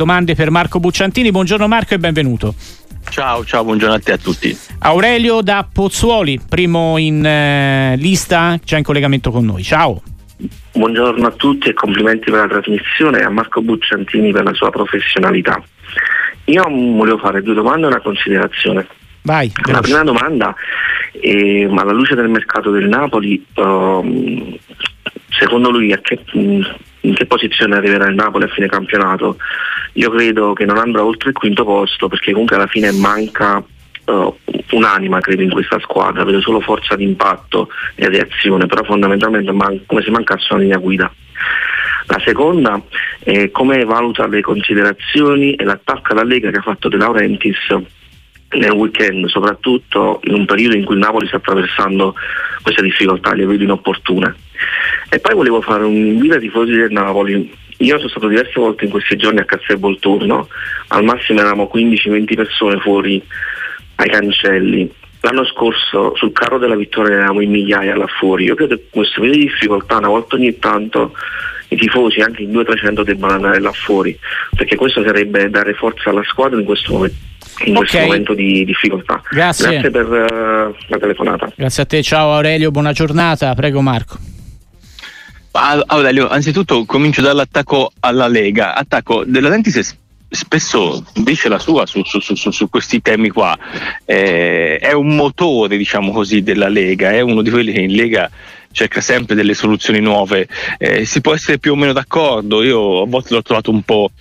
domande per Marco Bucciantini. Buongiorno Marco e benvenuto. Ciao, buongiorno a te, a tutti. Aurelio da Pozzuoli, primo in lista, già in collegamento con noi. Ciao. Buongiorno a tutti e complimenti per la trasmissione e a Marco Bucciantini per la sua professionalità. Io volevo fare 2 domande e una considerazione. Vai. La prima domanda è, alla luce del mercato del Napoli, secondo lui in che posizione arriverà il Napoli a fine campionato? Io credo che non andrà oltre il 5° posto, perché comunque alla fine manca un'anima, credo, in questa squadra. Vedo solo forza d'impatto e reazione, però fondamentalmente come se mancasse una linea guida. La seconda è come valuta le considerazioni e l'attacco alla Lega che ha fatto De Laurentiis nel weekend, soprattutto in un periodo in cui il Napoli sta attraversando queste difficoltà, le vedo inopportune. E poi volevo fare un invito ai tifosi del Napoli. Io sono stato diverse volte in questi giorni a Castel Volturno, al massimo eravamo 15-20 persone fuori ai cancelli. L'anno scorso sul carro della vittoria eravamo in migliaia là fuori. Io credo che questo periodo di difficoltà, una volta ogni tanto, i tifosi anche in 200-300 debbano andare là fuori, perché questo sarebbe dare forza alla squadra in questo momento di difficoltà. Grazie per la telefonata. Grazie a te, ciao Aurelio, buona giornata. Prego Marco. Aurelio, anzitutto comincio dall'attacco alla Lega. Attacco De Laurentiis spesso dice la sua su questi temi qua, è un motore, diciamo così, della Lega, è uno di quelli che in Lega cerca sempre delle soluzioni nuove. Si può essere più o meno d'accordo, io a volte l'ho trovato un po'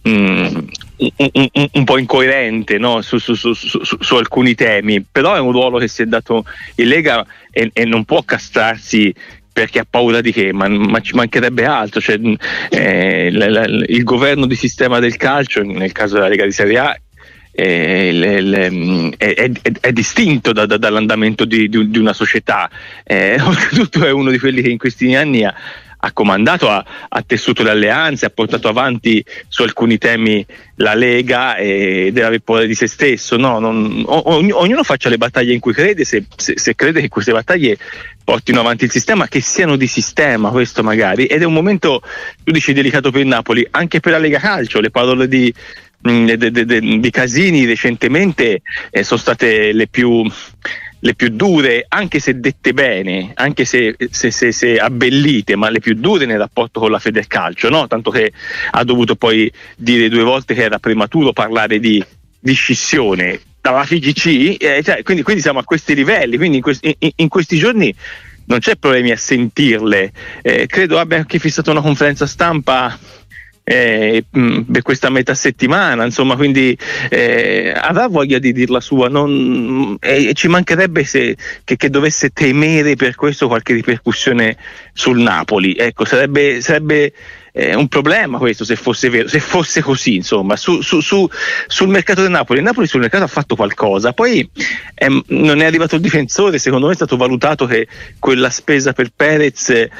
incoerente, no? su alcuni temi, però è un ruolo che si è dato in Lega e non può castrarsi perché ha paura di che, ma ci mancherebbe altro. Cioè, il governo di sistema del calcio, nel caso della Lega di Serie A, è distinto dall'andamento di una società. Oltretutto è uno di quelli che in questi anni ha comandato, ha tessuto le alleanze, ha portato avanti su alcuni temi la Lega e deve avere paura di se stesso. No? Ognuno faccia le battaglie in cui crede, se crede che queste battaglie portino avanti il sistema, che siano di sistema, questo magari. Ed è un momento, tu dici, delicato per il Napoli, anche per la Lega Calcio. Le parole di Casini recentemente sono state le più dure, anche se dette bene, anche se abbellite, ma le più dure nel rapporto con la Federcalcio, no? Tanto che ha dovuto poi dire 2 volte che era prematuro parlare di scissione dalla FIGC, quindi siamo a questi livelli. Quindi in questi giorni non c'è problemi a sentirle. Credo abbia anche fissato una conferenza stampa per questa metà settimana, insomma, quindi avrà voglia di dir la sua, ci mancherebbe che dovesse temere per questo qualche ripercussione sul Napoli. Ecco, sarebbe un problema questo, se fosse vero, se fosse così, insomma. Sul mercato del Napoli, il Napoli sul mercato ha fatto qualcosa, poi non è arrivato il difensore. Secondo me è stato valutato che quella spesa per Perez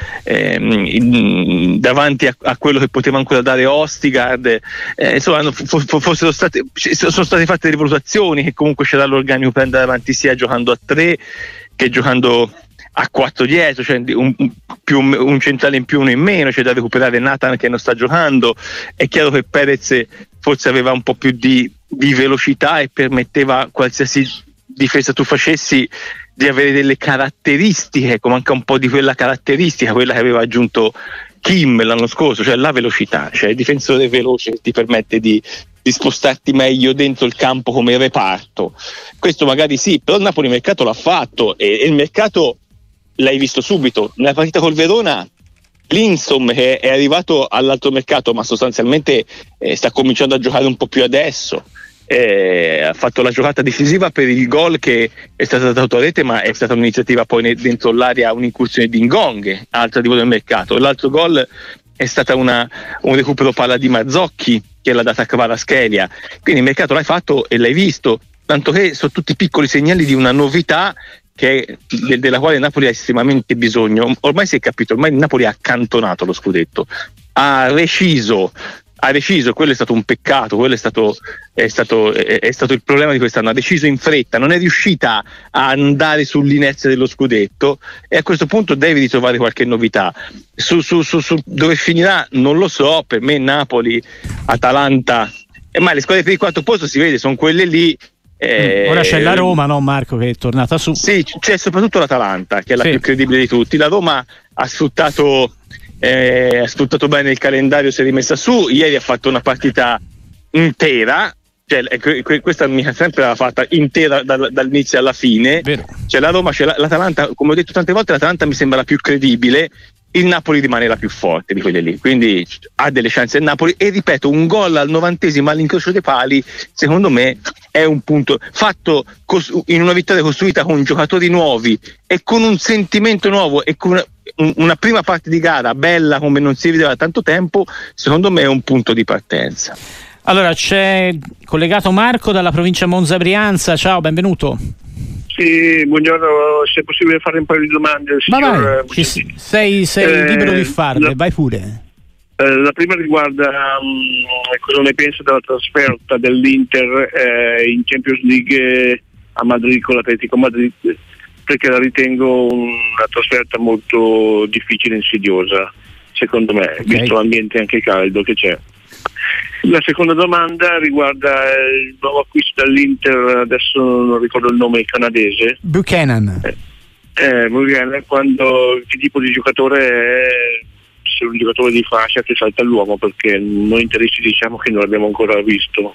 davanti a quello che poteva ancora dare Ostigard, insomma, sono state fatte delle valutazioni che comunque c'era l'organico per andare avanti sia giocando a 3 che giocando a 4 dietro, cioè un centrale in più, uno in meno, c'è da recuperare Nathan che non sta giocando. È chiaro che Perez forse aveva un po' più di velocità e permetteva qualsiasi difesa tu facessi di avere delle caratteristiche, ecco, manca un po' di quella caratteristica, quella che aveva aggiunto Kim l'anno scorso, cioè la velocità, cioè il difensore veloce che ti permette di spostarti meglio dentro il campo come reparto. Questo magari sì, però il Napoli mercato l'ha fatto e il mercato l'hai visto subito. Nella partita col Verona, Lindstrom che è arrivato all'altro mercato, ma sostanzialmente sta cominciando a giocare un po' più adesso. Ha fatto la giocata decisiva per il gol che è stata dato a rete, ma è stata un'iniziativa poi dentro l'area, un'incursione di Ngong, altro arrivo del mercato. L'altro gol è stata un recupero palla di Mazzocchi che l'ha data a Kvaratskhelia. Quindi il mercato l'hai fatto e l'hai visto, tanto che sono tutti piccoli segnali di una novità della quale Napoli ha estremamente bisogno. Ormai si è capito, ormai Napoli ha accantonato lo scudetto, ha reciso ha deciso, quello è stato un peccato, quello è stato il problema di quest'anno, ha deciso in fretta, non è riuscita a andare sull'inerzia dello scudetto e a questo punto deve ritrovare qualche novità. Su dove finirà non lo so, per me Napoli, Atalanta, ma le squadre per il quarto posto si vede, sono quelle lì. Ora c'è la Roma, no Marco, che è tornata su. Sì, c'è soprattutto l'Atalanta, che è la più credibile di tutti. La Roma ha sfruttato bene il calendario, si è rimessa su, ieri ha fatto una partita intera, cioè, questa mica sempre l'ha fatta intera dall'inizio alla fine. Vero. C'è la Roma, c'è l'Atalanta, come ho detto tante volte l'Atalanta mi sembra la più credibile, il Napoli rimane la più forte di quelle lì, quindi ha delle chance il Napoli e ripeto, un gol al 90° all'incrocio dei pali secondo me è un punto fatto in una vittoria costruita con giocatori nuovi e con un sentimento nuovo e con una prima parte di gara bella come non si vedeva da tanto tempo, secondo me è un punto di partenza. Allora c'è collegato Marco dalla provincia Monza Brianza, ciao, benvenuto. Sì, buongiorno, se è possibile fare un paio di domande. Ma vai, sei libero di farle, vai pure. La prima riguarda cosa ne pensa della trasferta dell'Inter in Champions League a Madrid con l'Atletico Madrid, perché la ritengo una trasferta molto difficile e insidiosa, secondo me, visto l'ambiente anche caldo che c'è. La seconda domanda riguarda il nuovo acquisto dall'Inter, adesso non ricordo il nome, canadese. Buchanan. Buchanan, che tipo di giocatore è? Se un giocatore di fascia che salta l'uomo, perché noi interisti diciamo che non l'abbiamo ancora visto.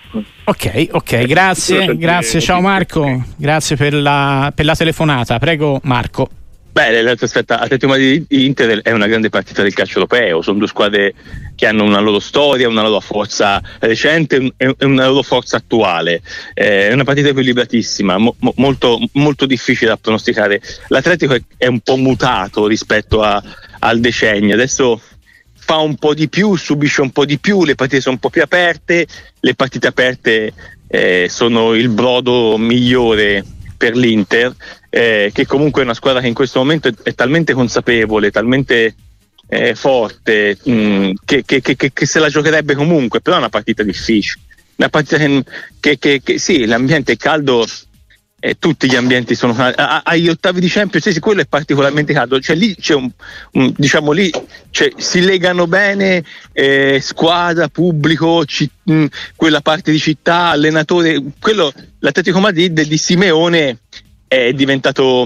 Ok, grazie, ciao Marco, grazie per la telefonata, prego Marco. Aspetta, Atletico Madrid Inter è una grande partita del calcio europeo, sono due squadre che hanno una loro storia, una loro forza recente e una loro forza attuale, è una partita equilibratissima, molto, molto difficile da pronosticare. L'Atletico è un po' mutato rispetto al decennio, adesso fa un po' di più, subisce un po' di più, le partite sono un po' più aperte, le partite aperte sono il brodo migliore per l'Inter, che comunque è una squadra che in questo momento è talmente consapevole, talmente forte, che se la giocherebbe comunque, però è una partita difficile, una partita che sì, l'ambiente è caldo, tutti gli ambienti sono agli ottavi di Champions, sì, quello è particolarmente caldo, cioè lì c'è si legano bene squadra, pubblico, quella parte di città, allenatore, l'Atletico Madrid di Simeone è diventato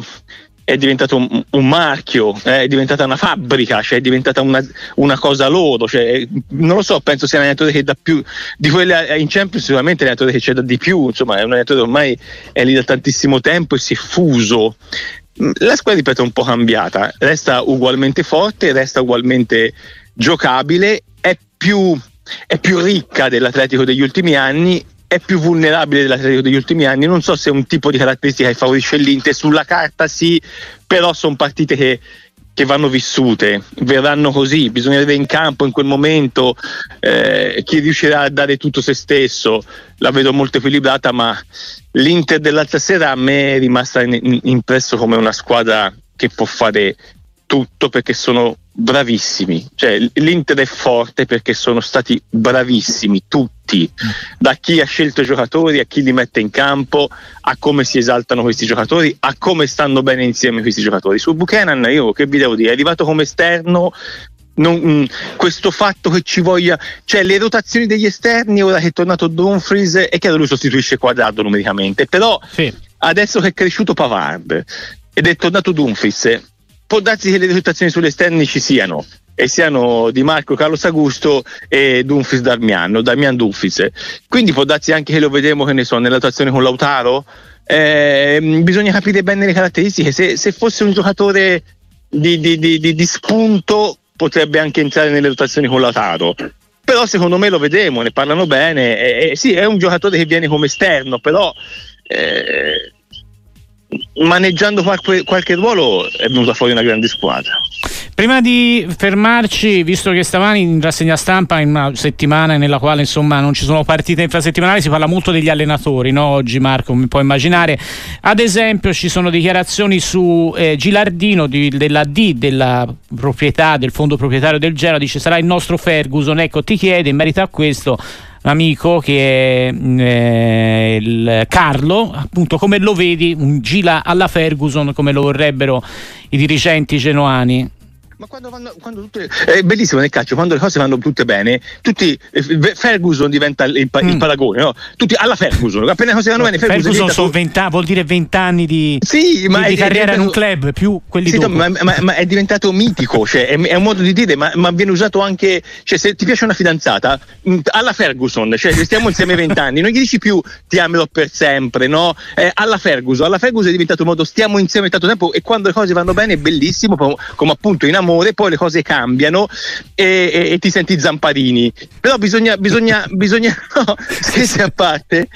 un marchio, è diventata una fabbrica, cioè è diventata una cosa loro, cioè, non lo so, penso sia un allenatore che dà più di quelle in Champions, sicuramente è un allenatore che c'è da di più, insomma è un allenatore che ormai è lì da tantissimo tempo e si è fuso. La squadra, ripeto, è un po' cambiata, resta ugualmente forte, resta ugualmente giocabile, è più ricca dell'Atletico degli ultimi anni, è più vulnerabile dell'Atletico degli ultimi anni. Non so se è un tipo di caratteristica che favorisce l'Inter, sulla carta sì, però sono partite che vanno vissute, verranno così, bisogna vedere in campo in quel momento chi riuscirà a dare tutto se stesso. La vedo molto equilibrata, ma l'Inter dell'altra sera a me è rimasta impresso come una squadra che può fare tutto, perché sono bravissimi, cioè l'Inter è forte perché sono stati bravissimi tutti, da chi ha scelto i giocatori a chi li mette in campo, a come si esaltano questi giocatori, a come stanno bene insieme questi giocatori. Su Buchanan io che vi devo dire, è arrivato come esterno, questo fatto che ci voglia, cioè le rotazioni degli esterni, ora che è tornato Dumfries, è chiaro lui sostituisce Quadrado numericamente, però sì, adesso che è cresciuto Pavard ed è tornato Dumfries, può darsi che le rotazioni sugli esterni ci siano, e siano Di Marco, Carlos Augusto e Dumfries Darmian Dumfries, quindi può darsi anche che lo vedremo, che ne so, nella rotazione con Lautaro. Bisogna capire bene le caratteristiche, se fosse un giocatore di spunto potrebbe anche entrare nelle rotazioni con Lautaro, però secondo me lo vedremo, ne parlano bene, sì, è un giocatore che viene come esterno, però maneggiando qualche ruolo è venuta fuori una grande squadra. Prima di fermarci, visto che stavamo in rassegna stampa in una settimana nella quale insomma non ci sono partite infrasettimanali, si parla molto degli allenatori, no? Oggi, Marco, mi puoi immaginare, ad esempio ci sono dichiarazioni su Gilardino della proprietà del fondo proprietario del Genoa, dice sarà il nostro Ferguson. Ecco, ti chiede in merito a questo amico che è il Carlo, appunto, come lo vedi un Gila alla Ferguson come lo vorrebbero i dirigenti genoani? Ma quando tutte, è bellissimo nel calcio, quando le cose vanno tutte bene, Ferguson diventa il paragone, no? Tutti alla Ferguson, appena le cose vanno bene, Ferguson sono 20 anni, vuol dire 20 anni di carriera in un club, più quelli dopo. Ma è diventato mitico, cioè è un modo di dire, ma viene usato anche, cioè se ti piace una fidanzata, alla Ferguson, cioè stiamo insieme 20 anni, non gli dici più ti amerò per sempre, no? Alla Ferguson è diventato un modo stiamo insieme tanto tempo, e quando le cose vanno bene è bellissimo, come appunto in amore, poi le cose cambiano e ti senti Zamparini. Però bisogna no, scherzi a parte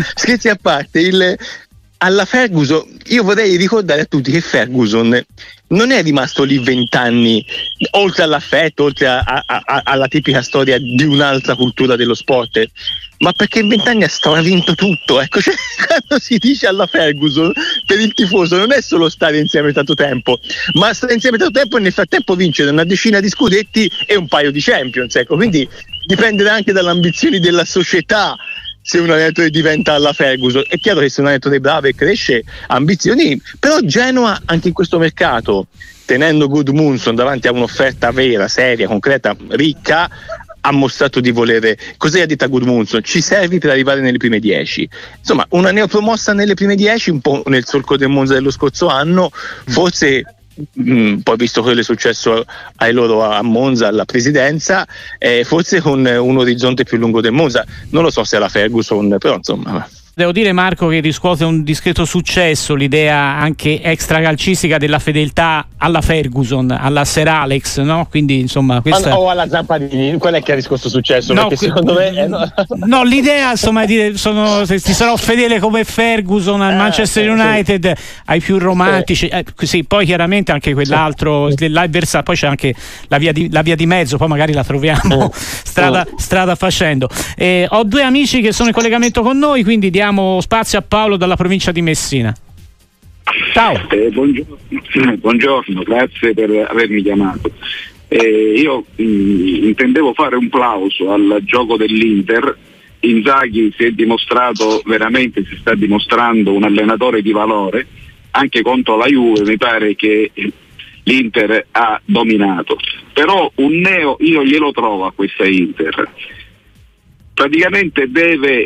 alla Ferguson, io vorrei ricordare a tutti che Ferguson non è rimasto lì 20 anni, oltre all'affetto, oltre alla tipica storia di un'altra cultura dello sport, ma perché in 20 anni ha stravinto tutto, ecco. Cioè, quando si dice alla Ferguson, per il tifoso non è solo stare insieme tanto tempo, ma stare insieme tanto tempo e nel frattempo vincere una decina di scudetti e un paio di Champions, ecco. Quindi dipende anche dalle ambizioni della società se un allenatore diventa alla Ferguson. È chiaro che se un allenatore è bravo e cresce, ambizioni, però Genoa anche in questo mercato, tenendo Gudmundsson davanti a un'offerta vera, seria, concreta, ricca, ha mostrato di volere. Cos'è, ha detto a Gudmundsson? Ci servi per arrivare nelle prime 10. Insomma, una neopromossa nelle prime 10, un po' nel solco del Monza dello scorso anno, forse. Poi visto quello che è successo ai loro a Monza, alla presidenza, forse con un orizzonte più lungo del Monza, non lo so se è la Ferguson, però insomma. Devo dire, Marco, che riscuote un discreto successo l'idea anche extracalcistica della fedeltà alla Ferguson, alla Sir Alex, no? Quindi insomma questa... o alla Zamparini, quella è che ha riscosso successo, no, perché secondo me no, l'idea insomma di dire ti sarò fedele come Ferguson al Manchester United, ai più romantici, sì, poi chiaramente anche quell'altro l'avversario, poi c'è anche la via di mezzo, poi magari la troviamo strada facendo. Ho due amici che sono in collegamento con noi, quindi diamo spazio a Paolo dalla provincia di Messina. Ciao. Buongiorno, grazie per avermi chiamato. Io intendevo fare un plauso al gioco dell'Inter. Inzaghi si sta dimostrando un allenatore di valore. Anche contro la Juve mi pare che l'Inter ha dominato, però un neo io glielo trovo a questa Inter. Praticamente deve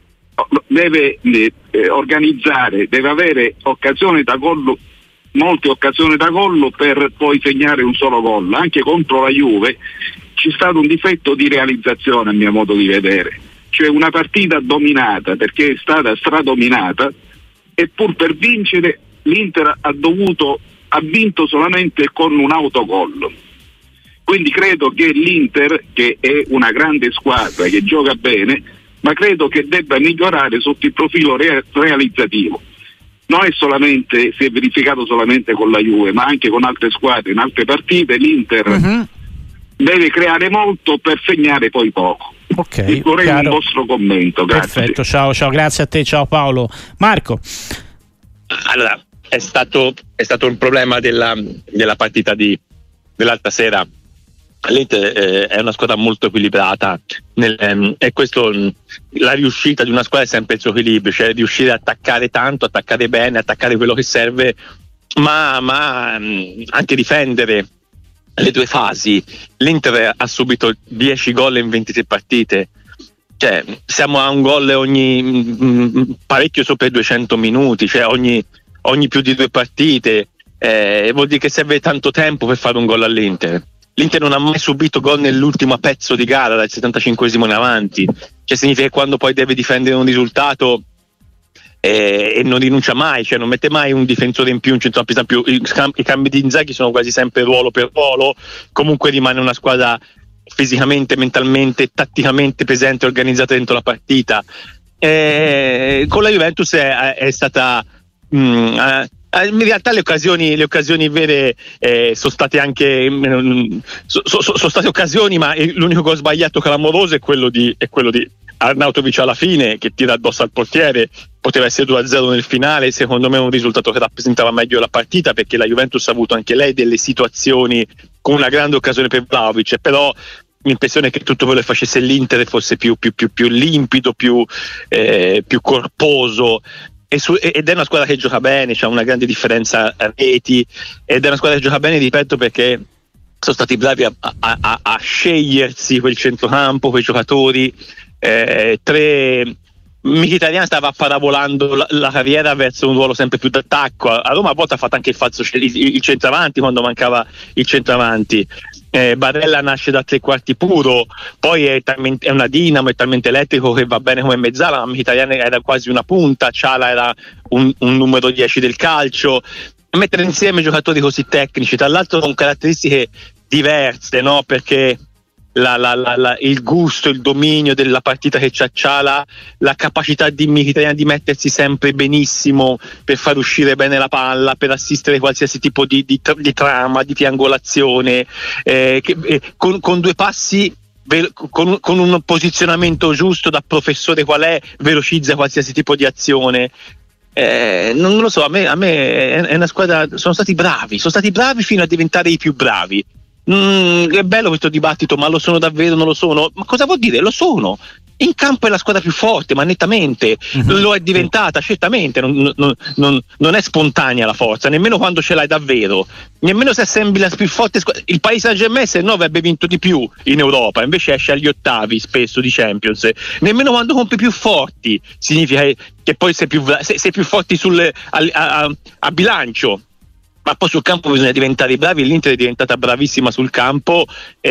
organizzare, deve avere occasioni da gol, molte occasioni da gol per poi segnare un solo gol. Anche contro la Juve c'è stato un difetto di realizzazione a mio modo di vedere, cioè una partita dominata perché è stata stradominata, e pur per vincere l'Inter ha vinto solamente con un autogol. Quindi credo che l'Inter, che è una grande squadra che gioca bene, ma credo che debba migliorare sotto il profilo realizzativo. Non è solamente, si è verificato solamente con la Juve, ma anche con altre squadre, in altre partite l'Inter deve creare molto per segnare poi poco. Ok, vorrei un vostro commento, grazie. Perfetto, ciao, grazie a te, ciao Paolo. Marco. Allora, è stato un problema della partita dell'altra sera. L'Inter è una squadra molto equilibrata e questo, la riuscita di una squadra è sempre il suo equilibrio, cioè riuscire ad attaccare tanto, attaccare bene, attaccare quello che serve, ma anche difendere le due fasi. L'Inter ha subito 10 gol in 23 partite, cioè siamo a un gol ogni parecchio sopra i 200 minuti, cioè ogni più di 2 partite, vuol dire che serve tanto tempo per fare un gol all'Inter. L'Inter non ha mai subito gol nell'ultimo pezzo di gara, dal 75esimo in avanti, cioè significa che quando poi deve difendere un risultato e non rinuncia mai, cioè non mette mai un difensore in più, un centrocampista in più. I cambi di Inzaghi sono quasi sempre ruolo per ruolo, comunque rimane una squadra fisicamente, mentalmente, tatticamente presente, organizzata dentro la partita. Con la Juventus è stata In realtà le occasioni vere sono state anche sono state occasioni, ma l'unico gol sbagliato clamoroso è quello di Arnautovic alla fine, che tira addosso al portiere. Poteva essere 2-0 nel finale, secondo me è un risultato che rappresentava meglio la partita, perché la Juventus ha avuto anche lei delle situazioni con una grande occasione per Vlahovic, però l'impressione è che tutto quello che facesse l'Inter fosse più limpido, più corposo, ed è una squadra che gioca bene, c'ha una grande differenza a reti, ed è una squadra che gioca bene, ripeto, perché sono stati bravi a scegliersi quel centrocampo, quei giocatori. Mkhitaryan stava parabolando la carriera verso un ruolo sempre più d'attacco. A Roma a volte ha fatto anche il centravanti quando mancava il centravanti. Barella nasce da tre quarti puro, poi è una dinamo, è talmente elettrico che va bene come mezzala, ma Mkhitaryan era quasi una punta, Ciala era un numero 10 del calcio. Mettere insieme giocatori così tecnici, tra l'altro con caratteristiche diverse, no? Perché il gusto, il dominio della partita che c'ha Ciala, la capacità di Mkhitaryan di mettersi sempre benissimo per far uscire bene la palla, per assistere qualsiasi tipo di trama, di triangolazione, con due passi, con un posizionamento giusto da professore qual è, velocizza qualsiasi tipo di azione. Non lo so, a me è una squadra, sono stati bravi fino a diventare i più bravi. È bello questo dibattito, ma lo sono davvero, non lo sono? Ma cosa vuol dire? Lo sono. In campo è la squadra più forte, ma nettamente. Lo è diventata, certamente. Non è spontanea la forza, nemmeno quando ce l'hai davvero. Nemmeno se assembli la più forte squadra. Il Paris Saint-Germain, se no, avrebbe vinto di più in Europa, invece esce agli ottavi spesso di Champions. Nemmeno quando compri più forti significa che poi sei più forti a bilancio. Ma poi sul campo bisogna diventare bravi. L'Inter è diventata bravissima sul campo,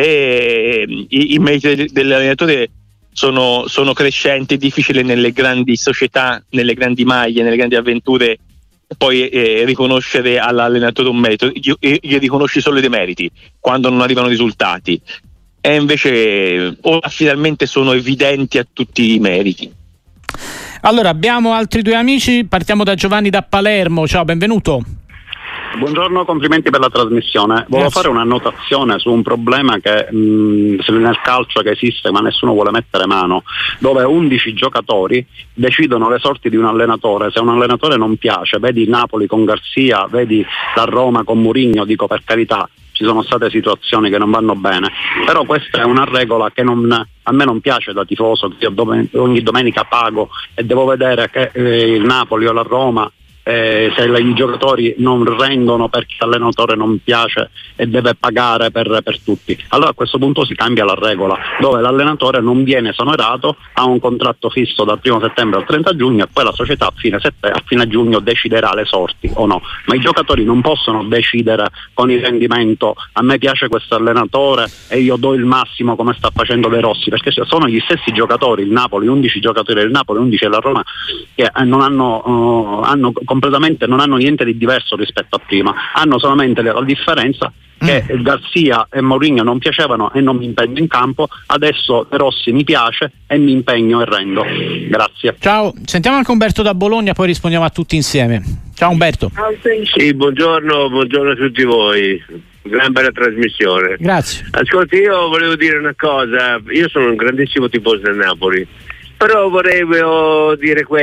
e i meriti dell'allenatore sono crescenti. È difficile nelle grandi società, nelle grandi maglie, nelle grandi avventure poi riconoscere all'allenatore un merito. Gli riconosci solo i demeriti quando non arrivano risultati, e invece ora finalmente sono evidenti a tutti i meriti. Allora, abbiamo altri due amici, partiamo da Giovanni da Palermo. Ciao, benvenuto. Buongiorno, complimenti per la trasmissione. Volevo fare un'annotazione su un problema che nel calcio che esiste ma nessuno vuole mettere mano, dove 11 giocatori decidono le sorti di un allenatore. Se un allenatore non piace, vedi Napoli con Garcia, vedi la Roma con Mourinho, dico per carità, ci sono state situazioni che non vanno bene, però questa è una regola che a me non piace da tifoso, che io ogni domenica pago e devo vedere che il Napoli o la Roma, se i giocatori non rendono perché l'allenatore non piace e deve pagare per tutti, allora a questo punto si cambia la regola, dove l'allenatore non viene esonerato, ha un contratto fisso dal 1 settembre al 30 giugno e poi la società a fine giugno deciderà le sorti o no, ma i giocatori non possono decidere con il rendimento. A me piace questo allenatore e io do il massimo, come sta facendo De Rossi, perché sono gli stessi giocatori, il Napoli, 11 giocatori del Napoli, 11 della Roma, che non hanno completamente, non hanno niente di diverso rispetto a prima, hanno solamente la differenza che Garcia e Mourinho non piacevano e non mi impegno in campo, adesso De Rossi mi piace e mi impegno e rendo. Grazie. Ciao, sentiamo anche Umberto da Bologna, poi rispondiamo a tutti insieme. Ciao Umberto. Sì, buongiorno a tutti voi, gran bella trasmissione. Grazie. Ascolti, io volevo dire una cosa, io sono un grandissimo tifoso del Napoli, però volevo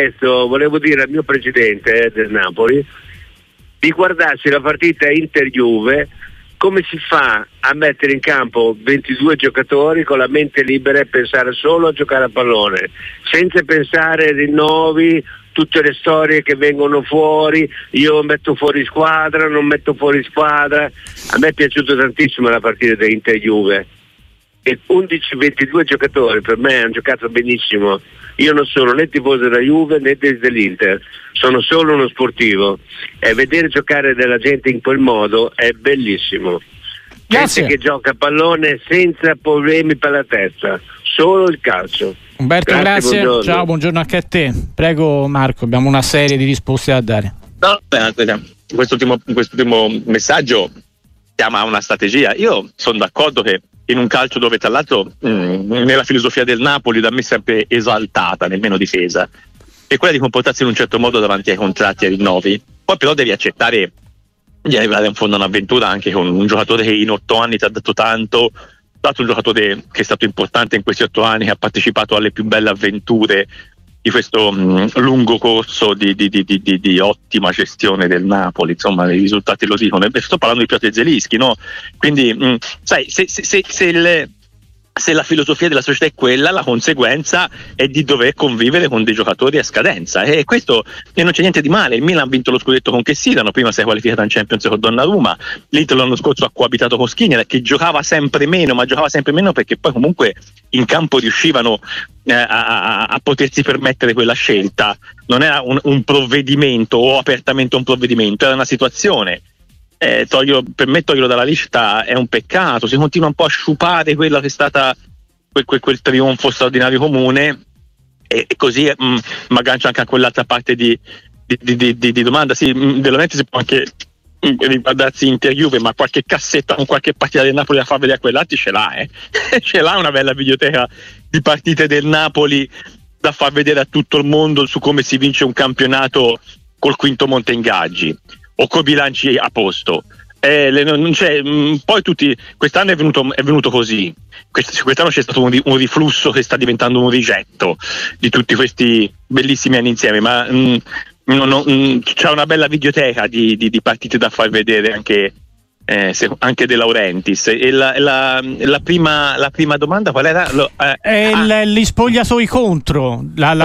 dire al mio presidente del Napoli di guardarsi la partita Inter-Juve, come si fa a mettere in campo 22 giocatori con la mente libera e pensare solo a giocare a pallone, senza pensare ai rinnovi, tutte le storie che vengono fuori, io metto fuori squadra, non metto fuori squadra. A me è piaciuta tantissimo la partita di Inter-Juve. E 11-22 giocatori per me hanno giocato benissimo. Io non sono né tifoso della Juve né dell'Inter, sono solo uno sportivo, e vedere giocare della gente in quel modo è bellissimo. Grazie. Gente che gioca a pallone senza problemi per la testa, solo il calcio. Umberto, grazie. Buongiorno. Ciao, buongiorno anche a te. Prego Marco, abbiamo una serie di risposte da dare. No, in quest'ultimo messaggio chiama una strategia. Io sono d'accordo che in un calcio dove tra l'altro nella filosofia del Napoli da me sempre esaltata, nemmeno difesa, è quella di comportarsi in un certo modo davanti ai contratti e ai rinnovi, Poi però devi accettare di arrivare in fondo a un'avventura anche con un giocatore che in 8 anni ti ha dato tanto, dato un giocatore che è stato importante in questi 8 anni, che ha partecipato alle più belle avventure di questo lungo corso di ottima gestione del Napoli. Insomma, i risultati lo dicono. E sto parlando di Piotr Zielinski, no? Quindi sai, se la filosofia della società è quella, la conseguenza è di dover convivere con dei giocatori a scadenza, e questo non c'è niente di male. Il Milan ha vinto lo scudetto con Chessy, prima si è qualificata in Champions con Donnarumma, l'Inter l'anno scorso ha coabitato con Skriniar, che giocava sempre meno, ma giocava sempre meno perché poi comunque in campo riuscivano a potersi permettere quella scelta. Non era un provvedimento o apertamente un provvedimento, era una situazione. Per me toglierlo dalla lista è un peccato. Si continua un po' a sciupare quella che è stata quel trionfo straordinario comune, e così mi aggancio anche a quell'altra parte di domanda. Sì, veramente si può anche riguardarsi Inter-Juve, ma qualche cassetta con qualche partita del Napoli da far vedere a quell'altro ce l'ha, ce l'ha una bella videoteca di partite del Napoli da far vedere a tutto il mondo su come si vince un campionato col quinto monte ingaggi o coi bilanci a posto. Non c'è, poi quest'anno è venuto così. Quest'anno c'è stato un riflusso che sta diventando un rigetto di tutti questi bellissimi anni insieme, ma c'è una bella videoteca di partite da far vedere anche De Laurentiis. E la prima domanda qual era? Gli spogliatoi contro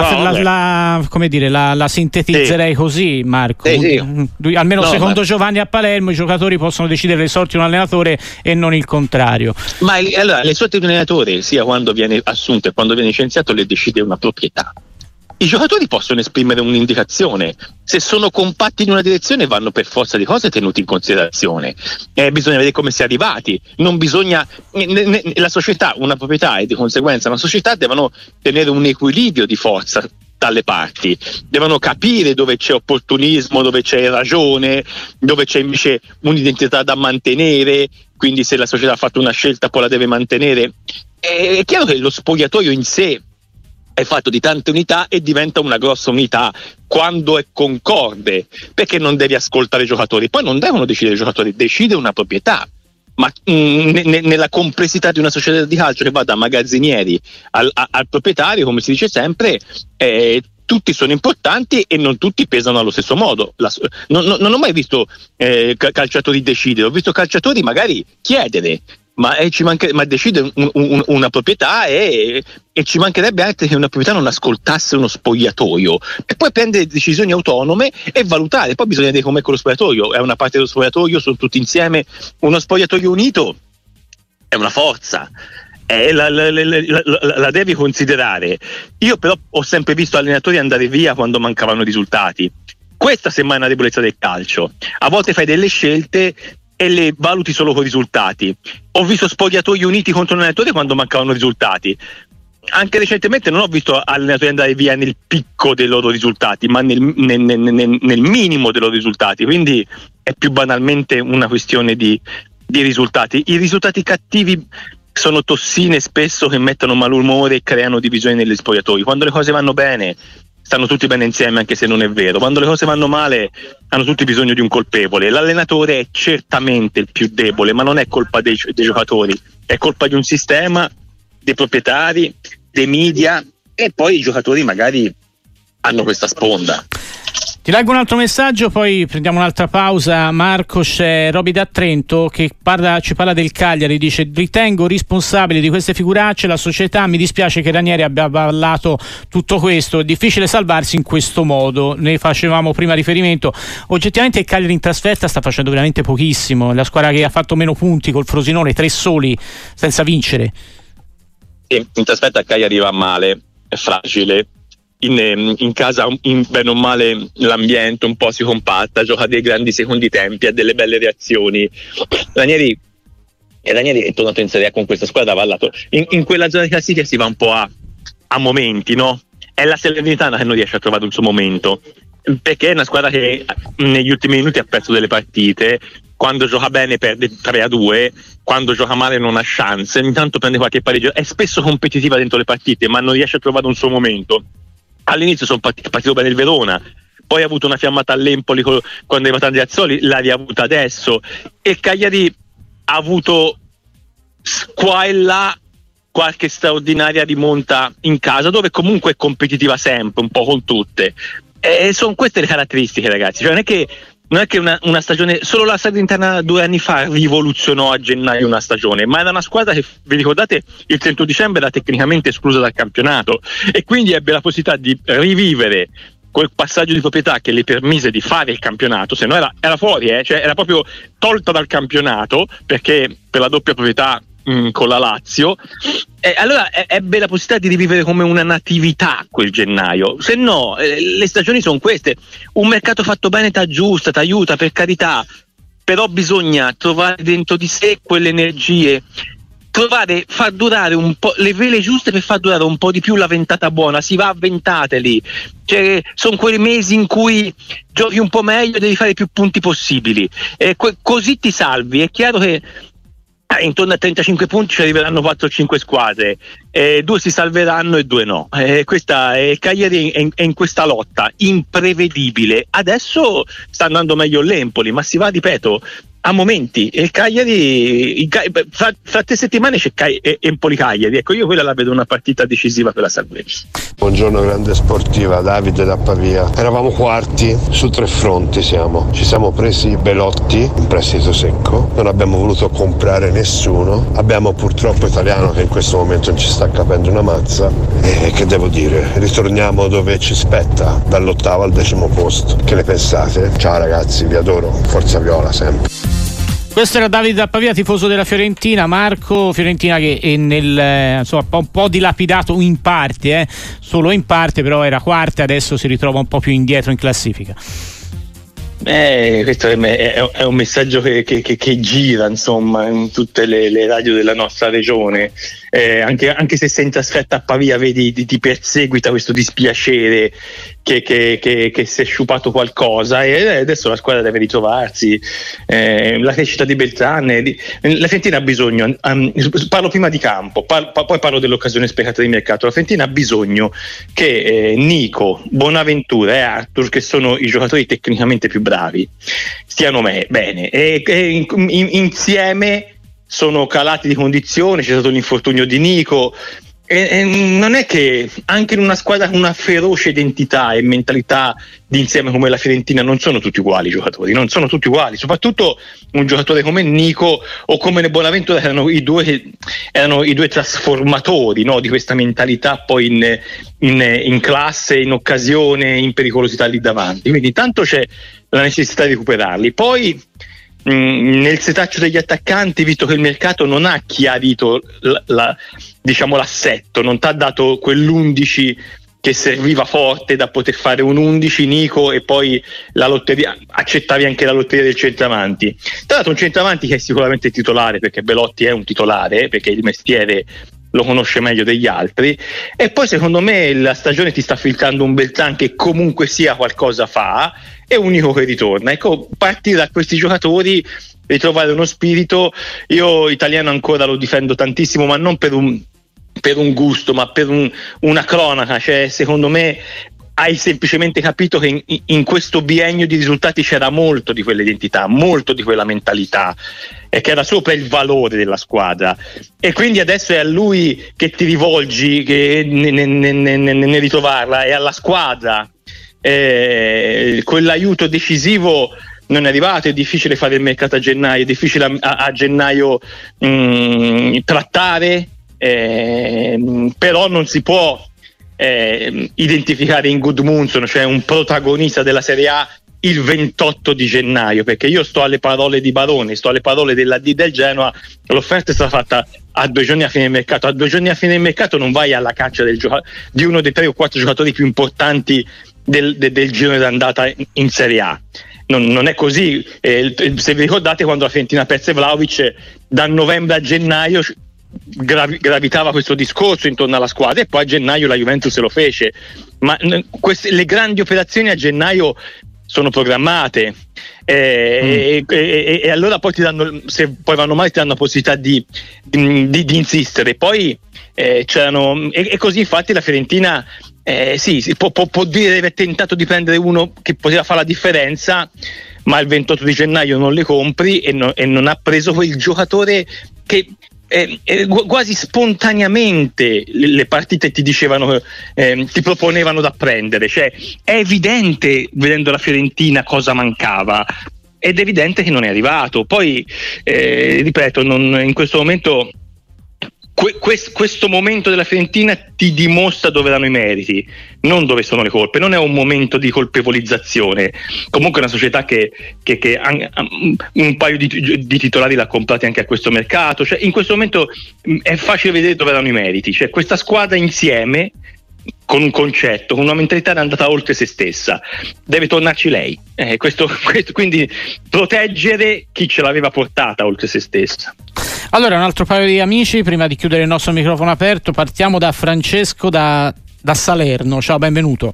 come dire, la sintetizzerei così, Marco. Sì. Almeno secondo Giovanni a Palermo i giocatori possono decidere le sorti di un allenatore e non il contrario. Ma allora le sorti di un allenatore, sia quando viene assunto e quando viene licenziato, le decide una proprietà. I giocatori possono esprimere un'indicazione, se sono compatti in una direzione vanno per forza di cose tenuti in considerazione, bisogna vedere come si è arrivati, non bisogna, la società, una proprietà e di conseguenza una società devono tenere un equilibrio di forza dalle parti, devono capire dove c'è opportunismo, dove c'è ragione, dove c'è invece un'identità da mantenere, quindi se la società ha fatto una scelta poi la deve mantenere. È chiaro che lo spogliatoio in sé è fatto di tante unità e diventa una grossa unità quando è concorde, perché non devi ascoltare i giocatori, poi non devono decidere i giocatori, decide una proprietà. Ma nella complessità di una società di calcio che va da magazzinieri al proprietario, come si dice sempre, tutti sono importanti e non tutti pesano allo stesso modo. Non ho mai visto calciatori decidere, ho visto calciatori magari chiedere, ma decide una proprietà e ci mancherebbe anche che una proprietà non ascoltasse uno spogliatoio e poi prendere decisioni autonome e valutare. Poi bisogna vedere com'è quello spogliatoio, è una parte dello spogliatoio, sono tutti insieme. Uno spogliatoio unito è una forza, la devi considerare. Io però ho sempre visto allenatori andare via quando mancavano risultati. Questa semmai è una debolezza del calcio, a volte fai delle scelte e le valuti solo con i risultati. Ho visto spogliatoi uniti contro un allenatore quando mancavano risultati. Anche recentemente non ho visto allenatori andare via nel picco dei loro risultati, ma nel minimo dei loro risultati. Quindi è più banalmente una questione di risultati. I risultati cattivi sono tossine spesso che mettono malumore e creano divisioni negli spogliatoi. Quando le cose vanno bene stanno tutti bene insieme, anche se non è vero. Quando le cose vanno male hanno tutti bisogno di un colpevole. L'allenatore è certamente il più debole, ma non è colpa dei giocatori, è colpa di un sistema, dei proprietari, dei media, e poi i giocatori magari hanno questa sponda. Ti leggo un altro messaggio, poi prendiamo un'altra pausa. Marco, c'è Roby da Trento che ci parla del Cagliari, dice: ritengo responsabile di queste figuracce la società, mi dispiace che Ranieri abbia avallato tutto questo, è difficile salvarsi in questo modo, ne facevamo prima riferimento. Oggettivamente il Cagliari in trasferta sta facendo veramente pochissimo, la squadra che ha fatto meno punti col Frosinone, 3 soli senza vincere. In trasferta il Cagliari va male, è fragile. In casa bene o male l'ambiente un po' si compatta, gioca dei grandi secondi tempi, ha delle belle reazioni. Ranieri è tornato in Serie A con questa squadra, avallato. In quella zona di classifica si va un po' a momenti, no? È la Salernitana che non riesce a trovare il suo momento, perché è una squadra che negli ultimi minuti ha perso delle partite, quando gioca bene perde 3-2, quando gioca male non ha chance, ogni tanto prende qualche pareggio, è spesso competitiva dentro le partite ma non riesce a trovare un suo momento. All'inizio è partito bene il Verona, poi ha avuto una fiammata all'Empoli quando è arrivato Andreazzoli, l'ha riavuta adesso, e il Cagliari ha avuto qua e là qualche straordinaria rimonta in casa, dove comunque è competitiva sempre, un po' con tutte, e sono queste le caratteristiche, ragazzi. Cioè non è che una stagione, solo la Salernitana 2 anni fa rivoluzionò a gennaio una stagione, ma era una squadra che, vi ricordate, il 31 dicembre era tecnicamente esclusa dal campionato, e quindi ebbe la possibilità di rivivere quel passaggio di proprietà che le permise di fare il campionato, se no era fuori, cioè era proprio tolta dal campionato, perché per la doppia proprietà con la Lazio, e allora ebbe la possibilità di rivivere come una natività quel gennaio. Se no, le stagioni sono queste. Un mercato fatto bene t'aggiusta, t'aiuta, per carità, però bisogna trovare dentro di sé quelle energie, far durare un po' le vele giuste per far durare un po' di più la ventata buona. Si va a ventate lì, cioè sono quei mesi in cui giochi un po' meglio, devi fare più punti possibili, così ti salvi. È chiaro che intorno a 35 punti ci arriveranno 4 o 5 squadre, 2 si salveranno e 2 no. Questa è Cagliari, è in questa lotta imprevedibile. Adesso sta andando meglio l'Empoli, ma si va, ripeto, a momenti. E il Cagliari fra 3 settimane c'è Empoli Cagliari, ecco, io quella la vedo una partita decisiva per la salvezza. Buongiorno grande sportiva, Davide da Pavia. Eravamo quarti su 3 fronti, ci siamo presi Belotti in prestito secco, non abbiamo voluto comprare nessuno, abbiamo purtroppo Italiano che in questo momento non ci sta capendo una mazza, e che devo dire, ritorniamo dove ci spetta, dall'8° al 10° posto. Che ne pensate? Ciao ragazzi, vi adoro, forza viola sempre. Questo era Davide da Pavia, tifoso della Fiorentina. Marco, Fiorentina che è insomma un po' dilapidato in parte, solo in parte, però era quarta, adesso si ritrova un po' più indietro in classifica. Questo è un messaggio che gira, insomma, in tutte le radio della nostra regione, anche se sei in trasferta a Pavia vedi, ti perseguita questo dispiacere che si è sciupato qualcosa, e adesso la squadra deve ritrovarsi. La crescita di Beltrán, la Fiorentina ha bisogno, parlo prima di campo, poi parlo dell'occasione sprecata di mercato. La Fiorentina ha bisogno che Nico, Bonaventura e Arthur, che sono i giocatori tecnicamente più bravi, stiano bene, e insieme sono calati di condizione. C'è stato l'infortunio di Nico, e non è che anche in una squadra con una feroce identità e mentalità d'insieme come la Fiorentina non sono tutti uguali i giocatori, non sono tutti uguali, soprattutto un giocatore come Nico o come Bonaventura erano i due trasformatori, no, di questa mentalità poi in classe, in occasione, in pericolosità lì davanti. Quindi intanto c'è la necessità di recuperarli. Poi nel setaccio degli attaccanti, visto che il mercato non ha chiarito l'assetto, non ti ha dato quell'11 che serviva forte da poter fare un 11 Nico, e poi la lotteria, accettavi anche la lotteria del centravanti. Tra l'altro un centravanti che è sicuramente titolare, perché Belotti è un titolare, perché il mestiere lo conosce meglio degli altri, e poi secondo me la stagione ti sta filtrando un Beltrán che comunque sia qualcosa fa, e un Nico che ritorna. Ecco, partire da questi giocatori, ritrovare uno spirito. Io Italiano ancora lo difendo tantissimo, ma non per un gusto, ma per una cronaca. Cioè, secondo me hai semplicemente capito che in questo biennio di risultati c'era molto di quell'identità, molto di quella mentalità, e che era sopra il valore della squadra, e quindi adesso è a lui che ti rivolgi, che ne ritrovarla, è alla squadra. Quell'aiuto decisivo non è arrivato, è difficile fare il mercato a gennaio, è difficile a gennaio trattare, però non si può identificare in Gudmundsson, cioè un protagonista della Serie A, il 28 di gennaio, perché io sto alle parole di Baroni, sto alle parole della D del Genoa. L'offerta è stata fatta a 2 giorni a fine mercato. A 2 giorni a fine mercato non vai alla caccia di uno dei 3 o 4 giocatori più importanti del girone d'andata in Serie A. Non è così. Se vi ricordate, quando la Fiorentina perse Vlahovic, da novembre a gennaio gravitava questo discorso intorno alla squadra, e poi a gennaio la Juventus se lo fece. Ma le grandi operazioni a gennaio sono programmate, e allora poi ti danno, se poi vanno male, ti danno la possibilità di insistere. Poi c'erano, e così infatti la Fiorentina sì, può dire di aver tentato di prendere uno che poteva fare la differenza, ma il 28 di gennaio non le compri e non ha preso quel giocatore che quasi spontaneamente le partite ti dicevano, ti proponevano da prendere. Cioè, è evidente, vedendo la Fiorentina, cosa mancava, ed è evidente che non è arrivato. Poi ripeto, in questo momento questo momento della Fiorentina ti dimostra dove erano i meriti, non dove sono le colpe. Non è un momento di colpevolizzazione. Comunque è una società che un paio di titolari l'ha comprati anche a questo mercato. Cioè, in questo momento è facile vedere dove erano i meriti. Cioè, questa squadra insieme, con un concetto, con una mentalità è andata oltre se stessa, deve tornarci lei. Questo, quindi proteggere chi ce l'aveva portata oltre se stessa. Allora, un altro paio di amici, prima di chiudere il nostro microfono aperto, partiamo da Francesco da Salerno. Ciao, benvenuto.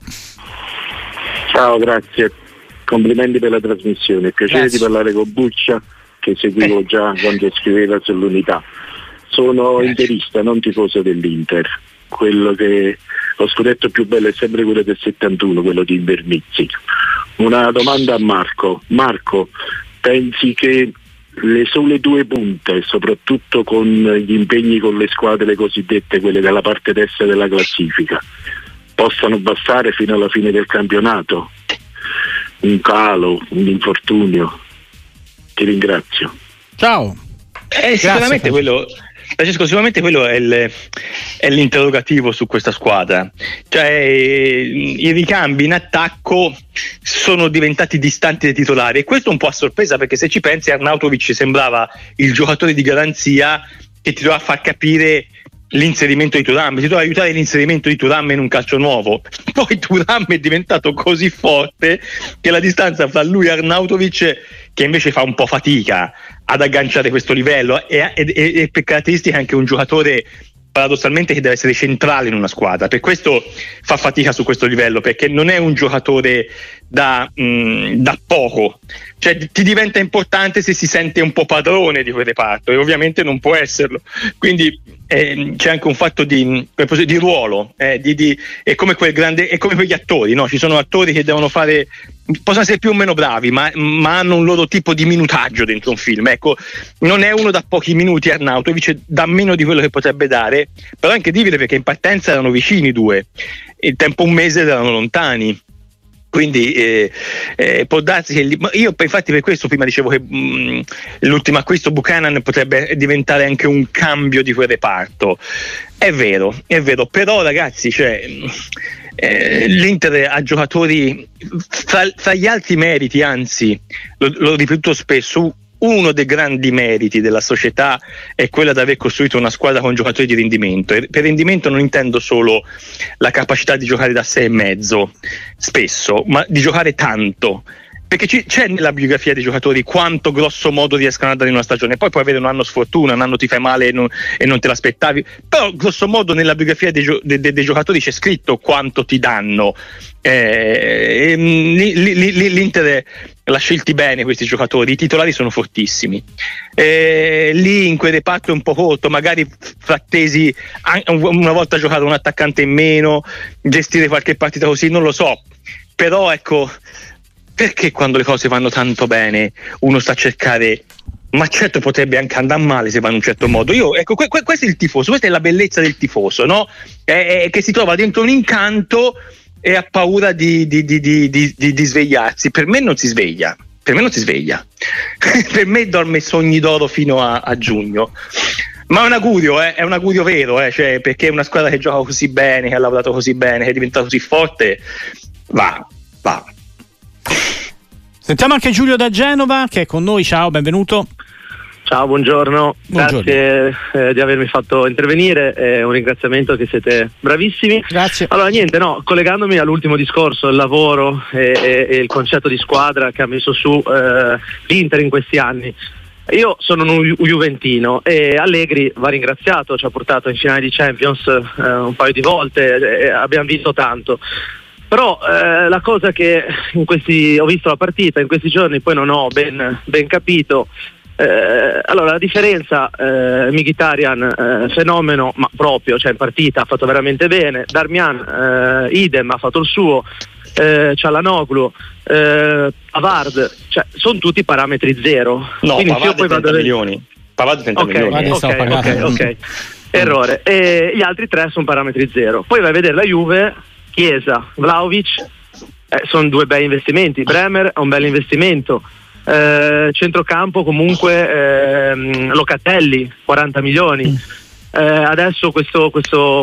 Ciao, grazie, complimenti per la trasmissione, piacere di parlare con Buccia, che seguivo già quando scriveva sull'Unità. Sono interista, non tifoso dell'Inter. Lo scudetto più bello è sempre quello del 71, quello di Invernizzi. Una domanda a Marco. Marco, pensi che le sole 2 punte, soprattutto con gli impegni con le squadre cosiddette, quelle della parte destra della classifica, possano bastare fino alla fine del campionato? Un calo, un infortunio? Ti ringrazio. Ciao. Sicuramente quello, Francesco, sicuramente quello è l'interrogativo su questa squadra. Cioè, i ricambi in attacco sono diventati distanti dai titolari, e questo un po' a sorpresa, perché se ci pensi Arnautovic sembrava il giocatore di garanzia che ti doveva far capire l'inserimento di Thuram, ti doveva aiutare l'inserimento di Thuram in un calcio nuovo. Poi Thuram è diventato così forte che la distanza fra lui e Arnautovic, che invece fa un po' fatica ad agganciare questo livello, e per caratteristica anche un giocatore paradossalmente che deve essere centrale in una squadra, per questo fa fatica su questo livello, perché non è un giocatore da poco. Cioè, ti diventa importante se si sente un po' padrone di quel reparto, e ovviamente non può esserlo. Quindi c'è anche un fatto di ruolo, è come quel grande, è come quegli attori, no? Ci sono attori che devono fare, possono essere più o meno bravi, ma hanno un loro tipo di minutaggio dentro un film. Ecco, non è uno da pochi minuti Arnautovic, dà meno di quello che potrebbe dare, però è incredibile perché in partenza erano vicini i due, il tempo un mese erano lontani. Quindi può darsi che io infatti per questo prima dicevo che l'ultimo acquisto Buchanan potrebbe diventare anche un cambio di quel reparto. È vero, però ragazzi, cioè, l'Inter ha giocatori fra gli altri meriti, anzi l'ho ripetuto spesso, uno dei grandi meriti della società è quello di aver costruito una squadra con giocatori di rendimento. E per rendimento non intendo solo la capacità di giocare da 6,5 spesso, ma di giocare tanto, perché c'è nella biografia dei giocatori quanto grosso modo riescono a dare in una stagione. Poi puoi avere un anno sfortuna, un anno ti fai male e non te l'aspettavi, però grosso modo nella biografia dei giocatori c'è scritto quanto ti danno. L'Inter l'ha scelti bene questi giocatori, i titolari sono fortissimi, lì in quel reparto è un po' corto, magari frattesi una volta giocato un attaccante in meno, gestire qualche partita così, non lo so, però ecco, perché quando le cose vanno tanto bene uno sta a cercare, ma certo potrebbe anche andare male se va in un certo modo. Ecco, questo è il tifoso, questa è la bellezza del tifoso, no? Che si trova dentro un incanto e ha paura di svegliarsi. Per me non si sveglia, per me dorme sogni d'oro fino a giugno. Ma è un augurio vero, cioè, perché una squadra che gioca così bene, che ha lavorato così bene, che è diventata così forte, va. Sentiamo anche Giulio da Genova che è con noi. Ciao, benvenuto. Ciao, buongiorno. Grazie di avermi fatto intervenire, un ringraziamento, che siete bravissimi. Grazie. Allora niente, collegandomi all'ultimo discorso, il lavoro e il concetto di squadra che ha messo su l'Inter in questi anni. Io sono un juventino e Allegri va ringraziato, ci ha portato in finale di Champions un paio di volte, abbiamo vinto tanto. Però la cosa che ho visto la partita in questi giorni, poi non ho ben capito, Allora la differenza, Mkhitaryan fenomeno, ma proprio, cioè in partita ha fatto veramente bene, Darmian idem, ha fatto il suo, Çalhanoğlu, Pavard, cioè sono tutti parametri zero. No, quindi Pavard poi 30 milioni. Pavard 30 milioni. Ok. Errore. E gli altri tre sono parametri zero. Poi vai a vedere la Juve, Chiesa, Vlahovic, sono due bei investimenti. Bremer è un bel investimento. Centrocampo comunque Locatelli 40 milioni. Adesso questo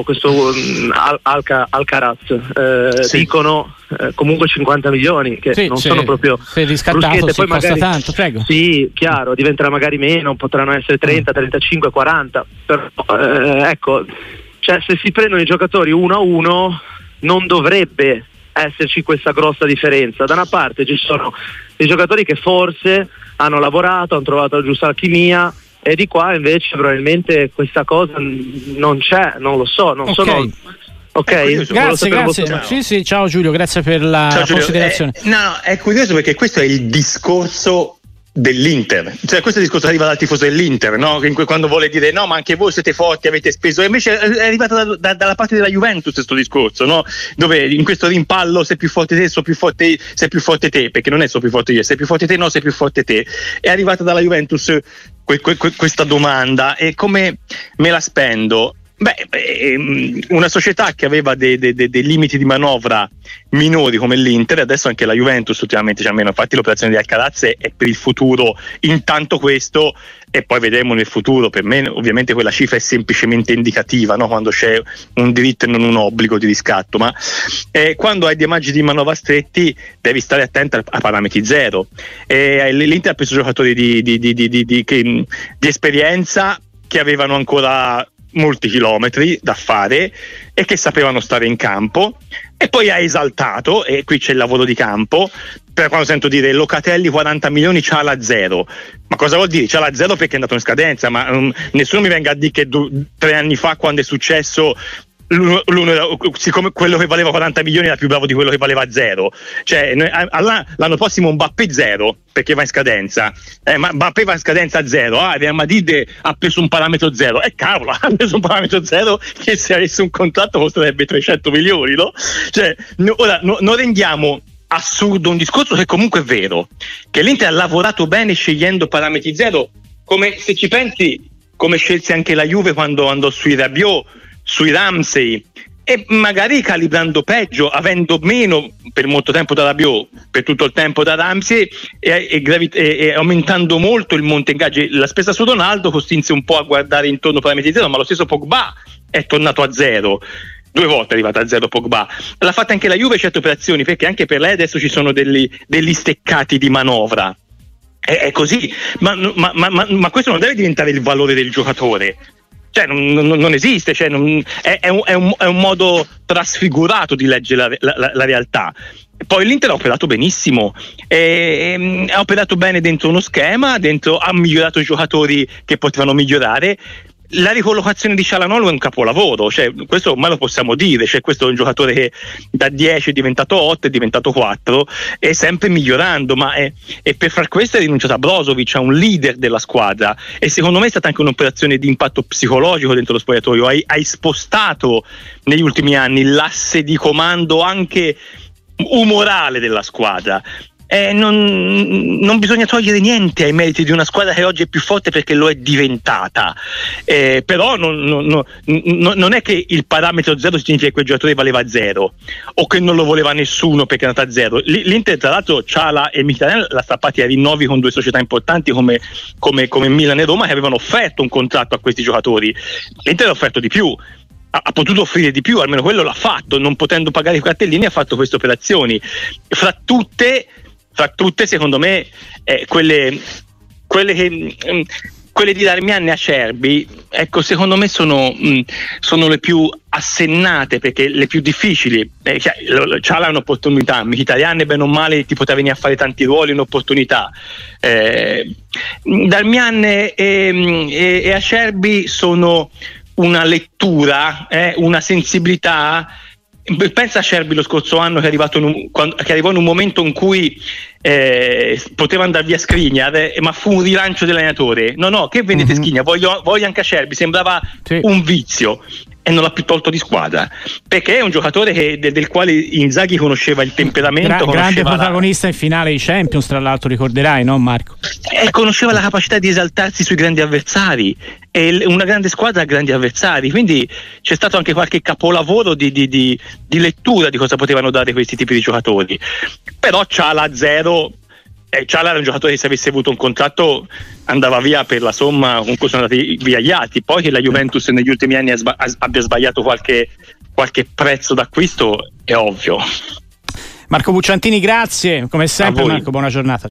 Alcaraz dicono comunque 50 milioni che non sono proprio riscattato, poi magari, costa tanto, prego. Sì, chiaro, diventerà magari meno, potranno essere 30, 35, 40, però ecco, cioè se si prendono i giocatori uno a uno non dovrebbe esserci questa grossa differenza. Da una parte ci sono dei giocatori che forse hanno lavorato, hanno trovato la giusta alchimia, e di qua invece probabilmente questa cosa non c'è, non lo so, non sono. Ok, grazie. Sì, ciao Giulio, grazie per la considerazione. È curioso perché questo è il discorso dell'Inter, cioè questo discorso arriva dal tifoso dell'Inter, no? Quando vuole dire no, ma anche voi siete forti, avete speso, e invece è arrivato dalla parte della Juventus questo discorso, no? Dove in questo rimpallo sei più forte te, sei più forte te, perché non è solo più forte io, sei più forte te, no, sei più forte te. È arrivata dalla Juventus questa domanda, e come me la spendo? Una società che aveva dei limiti di manovra minori come l'Inter, adesso anche la Juventus ultimamente c'è meno, infatti l'operazione di Alcaraz è per il futuro, intanto questo, e poi vedremo nel futuro. Per me ovviamente quella cifra è semplicemente indicativa, no? Quando c'è un diritto e non un obbligo di riscatto, ma quando hai dei margini di manovra stretti devi stare attento a parametri zero. L'Inter ha preso giocatori di esperienza che avevano ancora molti chilometri da fare e che sapevano stare in campo, e poi ha esaltato, e qui c'è il lavoro di campo. Per quando sento dire Locatelli 40 milioni, c'ha la zero, ma cosa vuol dire? C'ha la zero perché è andato in scadenza, ma nessuno mi venga a dire che 3 anni fa, quando è successo, l'uno era, siccome quello che valeva 40 milioni era più bravo di quello che valeva zero. Cioè l'anno prossimo Mbappé zero perché va in scadenza, ma Mbappé va in scadenza a zero. Real Madrid ha preso un parametro zero, cavolo, ha preso un parametro zero che se avesse un contratto costerebbe 300 milioni, no? Cioè ora non rendiamo assurdo un discorso che comunque è vero, che l'Inter ha lavorato bene scegliendo parametri zero, come se ci pensi, come scelse anche la Juve quando andò sui Rabiot, sui Ramsey, e magari calibrando peggio, avendo meno per molto tempo da Rabiot, per tutto il tempo da Ramsey, e aumentando molto il monte ingaggi. La spesa su Ronaldo costrinse un po' a guardare intorno parametri zero, ma lo stesso Pogba è tornato a zero. 2 volte è arrivato a zero Pogba. L'ha fatta anche la Juve certe operazioni, perché anche per lei adesso ci sono degli steccati di manovra. È così, ma questo non deve diventare il valore del giocatore. Cioè non esiste, cioè è un modo trasfigurato di leggere la realtà. Poi l'Inter ha operato benissimo, ha operato bene dentro uno schema, ha migliorato i giocatori che potevano migliorare. La ricollocazione di Çalhanoğlu è un capolavoro, cioè questo ormai lo possiamo dire, cioè questo è un giocatore che da 10 è diventato 8, è diventato 4, e sempre migliorando, e per far questo è rinunciato a Brozovic, a un leader della squadra, e secondo me è stata anche un'operazione di impatto psicologico dentro lo spogliatoio. Hai spostato negli ultimi anni l'asse di comando anche umorale della squadra. Non bisogna togliere niente ai meriti di una squadra che oggi è più forte perché lo è diventata, però non è che il parametro zero significa che quel giocatore valeva zero o che non lo voleva nessuno perché è andato a zero. L'Inter tra l'altro Çalha e Mkhitaryan l'ha strappati a rinnovi con 2 società importanti come Milan e Roma, che avevano offerto un contratto a questi giocatori. L'Inter ha offerto di più, ha potuto offrire di più, almeno quello l'ha fatto, non potendo pagare i cartellini ha fatto queste operazioni. Fra tutte secondo me quelle di Darmian e Acerbi, ecco, secondo me sono le più assennate, perché le più difficili. Çalha è un'opportunità, Mkhitaryan bene o male ti poteva venire a fare tanti ruoli, un'opportunità. Darmian e Acerbi sono una lettura, una sensibilità pensa a Scerbi lo scorso anno che arrivò in un momento in cui poteva andare via Skriniar, ma fu un rilancio dell'allenatore. No, che vendete Skriniar, voglio anche a Scerbi, sembrava un vizio, e non l'ha più tolto di squadra, perché è un giocatore del quale Inzaghi conosceva il temperamento, grande protagonista in finale di Champions, tra l'altro, ricorderai, no Marco? Conosceva la capacità di esaltarsi sui grandi avversari, e una grande squadra ha grandi avversari, quindi c'è stato anche qualche capolavoro di lettura di cosa potevano dare questi tipi di giocatori. Però Ciala zero. Ciala era un giocatore che, se avesse avuto un contratto, andava via per la somma con cui sono andati via gli altri. Poi che la Juventus negli ultimi anni abbia sbagliato qualche prezzo d'acquisto è ovvio. Marco Bucciantini, grazie come sempre. Marco, buona giornata.